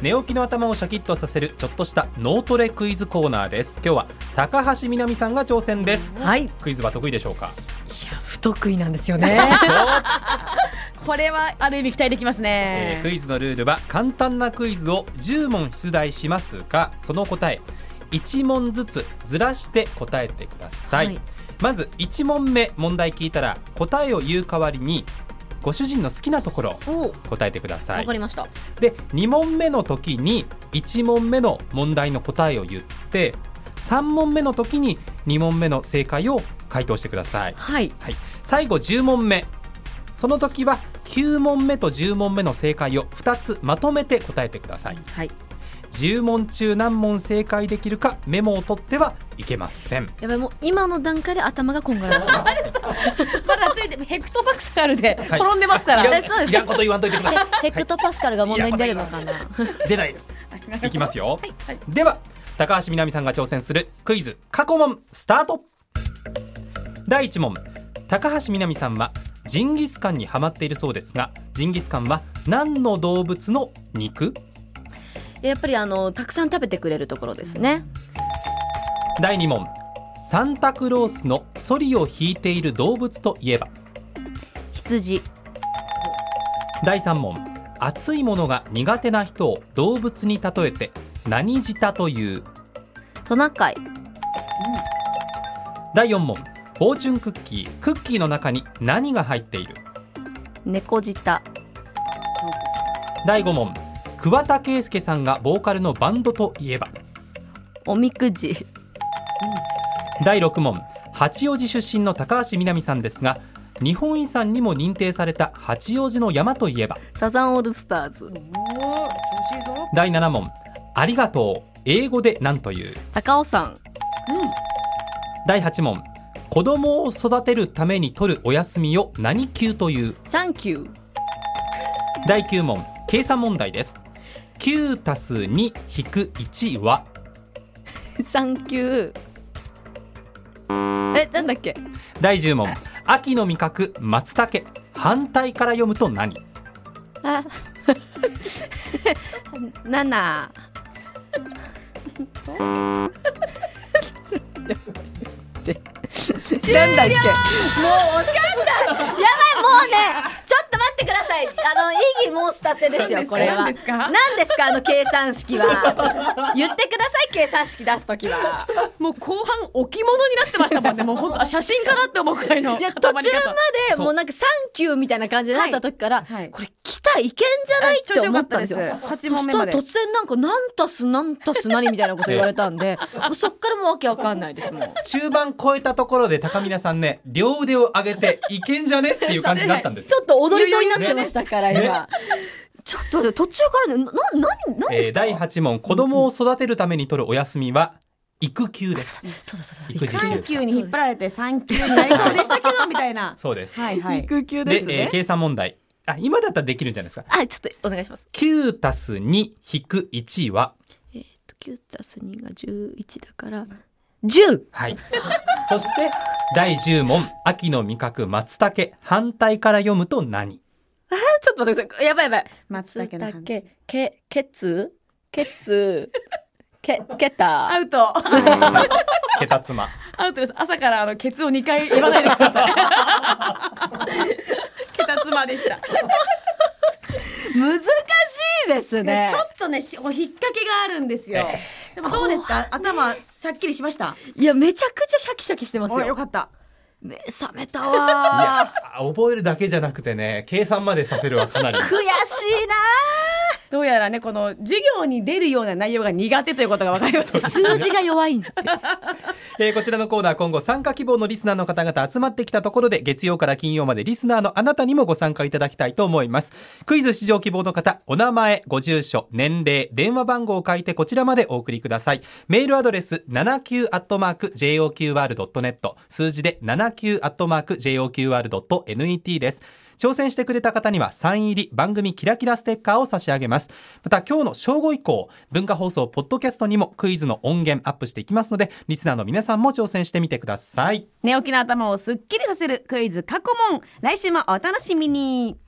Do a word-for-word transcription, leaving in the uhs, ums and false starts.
寝起きの頭をシャキッとさせるちょっとした脳トレクイズコーナーです。今日は高橋みなみさんが挑戦です、 はい、 クイズは得意でしょうか？ いや不得意なんですよねこれはある意味期待できますね、 えー、クイズのルールは簡単なクイズをじゅう問出題しますが、その答えいち問ずつずらして答えてください、はい、まずいち問目問題聞いたら答えを言う代わりにご主人の好きなところを答えてください。 わかりました。 でに問目の時にいち問目の問題の答えを言って、さん問目の時にに問目の正解を回答してください、 はいはい、最後じゅう問目、その時はきゅう問目とじゅう問目の正解をふたつまとめて答えてください、 はい、 じゅう問中何問正解できるかメモを取ってはいけません。 やばい、もう今の段階で頭がこんがらがってますまだついてヘクトパスカルで転んでますから、 はい、いらん、 そうですいらんこと言わんといてくださいヘクトパスカルが問題に出るのかな、 はい、出ないですいきますよ、 はいはい、 では高橋みなみさんが挑戦するクイズ過去問スタート。だいいち問、高橋みなみさんはジンギスカンにハマっているそうですが、ジンギスカンは何の動物の肉？ やっぱりあのたくさん食べてくれるところですね。 だいに問、サンタクロースのソリを引いている動物といえば？ 羊。 だいさん問、熱いものが苦手な人を動物に例えて何舌という？ トナカイ。 だいよん問、フォーチュンクッキー、クッキーの中に何が入っている？ 猫舌。 だいご問、桑田佳祐さんがボーカルのバンドといえば？ おみくじ。 だいろく問、八王子出身の高橋みなみさんですが、日本遺産にも認定された八王子の山といえば？ サザンオールスターズ。 おー、調子いいぞ。 だいなな問、ありがとう、英語で何という？ 高尾山。 だいはち問、子供を育てるために取るお休みを何級という？ サンキュー。 だいきゅう問、計算問題です。きゅうたすに引くいちは？ サンキュー。え、なんだっけ？ だいじゅう問、秋の味覚松茸、反対から読むと何？ あなな。なんだっけ？もう分かんない。やばい、もうね、ちょっと待ってください。あの異議申し立てですよ、これは。 何ですか？ 何ですか、あの計算式は。言ってください、計算式出すときは。 もう後半置物になってましたもんね。もう本当写真かなって思うくらいのいや、途固まり方。 中までもうなんかサンキューみたいな感じになった時から、 はいはい、 これ来たいけんじゃないって思ったんですよ。 はち問目まで。 そしたら突然なんか何たす何たす何みたいなこと言われたんでもうそっからもうわけわかんないです。もう中盤超えたところで高見さんね、両腕を上げていけんじゃねっていう感じになったんですよ。 ちょっと踊りそうになってましたから、 ね、 今、ね、ちょっと途中からね、な、な、何、何でした？ えー、だいはち問、子供を育てるために取るお休みは育休です。 そうだそうだ、 育児休。 サンキューに引っ張られてサンキューになりそうでしたけどみたいな。 そうです。 はいはい。 育休で、 ですね。 えー、計算問題。あ、今だったらできるんじゃないですか。 あ、ちょっとお願いします。 きゅうたすに引くいちは？ えっときゅうたすにがじゅういちだからじゅう。 はい。そしてだいじゅう問、秋の味覚松茸、反対から読むと何？ あ、ちょっと待ってください。やばいやばい。 松茸の反け、け、けつけつけ、けたアウト。 けたつま。 アウトです。朝からあのケツをにかい言わないでください。ケタツマでした。 難しいですね。 ちょっとね、し引っ掛けがあるんですよ。でもどうですか？頭しゃっきりしました？ いや、めちゃくちゃシャキシャキしてますよ。 よかった。 目覚めたいわや、覚えるだけじゃなくてね、計算までさせるはかなり。 悔しいな。 どうやらね、この授業に出るような内容が苦手ということが分かります。 数字が弱いんです。 えー、こちらのコーナー、今後参加希望のリスナーの方々集まってきたところで、月曜から金曜までリスナーのあなたにもご参加いただきたいと思います。クイズ出場希望の方、お名前、ご住所、年齢、電話番号を書いてこちらまでお送りください。メールアドレス ななきゅう アットマーク ジェイオーキューアール ドットネット、 数字で ななきゅう アットマーク ジェイオーキューアール ドットネット です。挑戦してくれた方にはサイン入り番組キラキラステッカーを差し上げます。また今日の正午以降、文化放送ポッドキャストにもクイズの音源アップしていきますので、リスナーの皆さんも挑戦してみてください。 寝起きの頭をすっきりさせるクイズ過去問、来週もお楽しみに。